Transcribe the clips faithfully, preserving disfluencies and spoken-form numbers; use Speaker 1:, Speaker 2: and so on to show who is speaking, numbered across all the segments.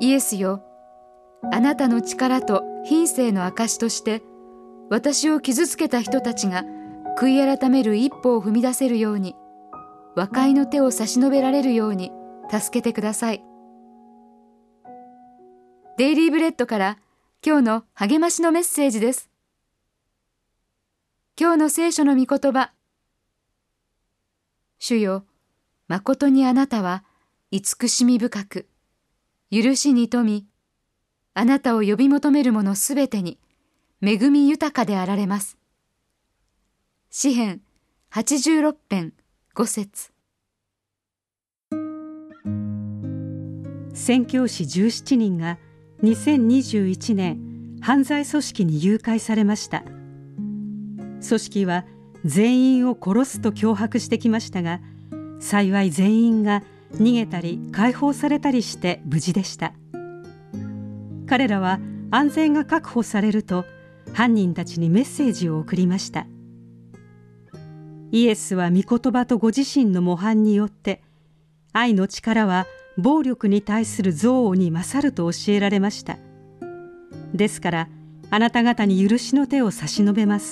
Speaker 1: イエスよ、あなたの力と品性の証として私を傷つけた人たちが悔い改める一歩を踏み出せるように、和解の手を差し伸べられるように助けてください。デイリーブレッドから今日の励ましのメッセージです。今日の聖書の御言葉。主よ、まことにあなたは慈しみ深く、許しに富み、あなたを呼び求める者すべてに恵み豊かであられます。詩編はちじゅうろく編ご節。
Speaker 2: 宣教師じゅうななにんがにせんにじゅういちねん犯罪組織に誘拐されました。組織は全員を殺すと脅迫してきましたが、幸い全員が逃げたり解放されたりして無事でした。彼らは安全が確保されると犯人たちにメッセージを送りました。イエスは御言葉とご自身の模範によって、愛の力は暴力に対する憎悪に勝ると教えられました。ですからあなた方に許しの手を差し伸べます。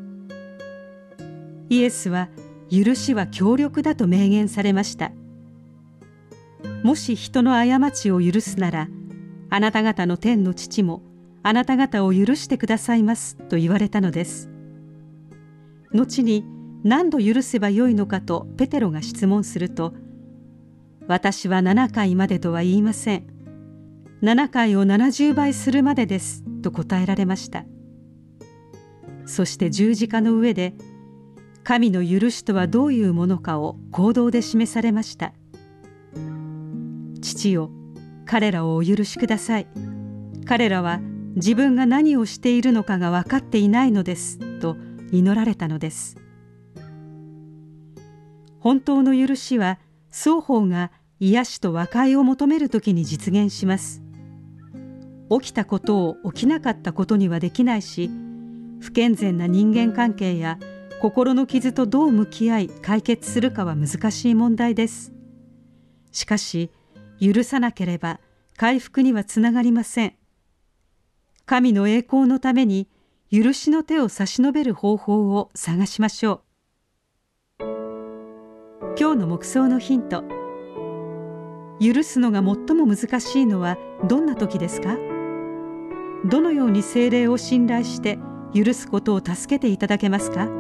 Speaker 2: イエスは許しは強力だと明言されました。もし人の過ちを許すなら、あなた方の天の父もあなた方を許してくださいますと言われたのです。後に何度許せばよいのかとペテロが質問すると、私はななかいまでとは言いません。ななかいをななじゅうばいするまでですと答えられました。そして十字架の上で、神の許しとはどういうものかを行動で示されました。父よ、彼らをお許しください。彼らは自分が何をしているのかが分かっていないのですと祈られたのです。本当の許しは双方が癒しと和解を求めるときに実現します。起きたことを起きなかったことにはできないし、不健全な人間関係や心の傷とどう向き合い解決するかは難しい問題です。しかし、許さなければ回復にはつながりません。神の栄光のために許しの手を差し伸べる方法を探しましょう。今日の黙想のヒント。許すのが最も難しいのはどんな時ですか？どのように聖霊を信頼して許すことを助けていただけますか？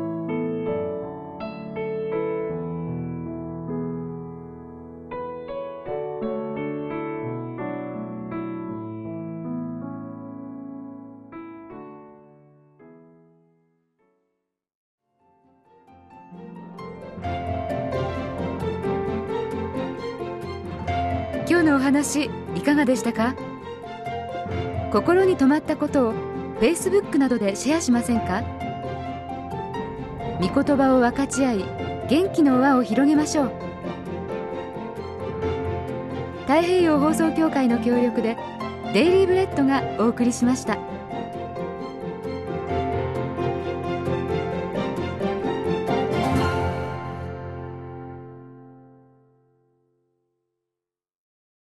Speaker 1: 今日のお話いかがでしたか？心に留まったことを Facebook などでシェアしませんか？御言葉を分かち合い、元気の輪を広げましょう。太平洋放送協会の協力でデイリーブレッドがお送りしました。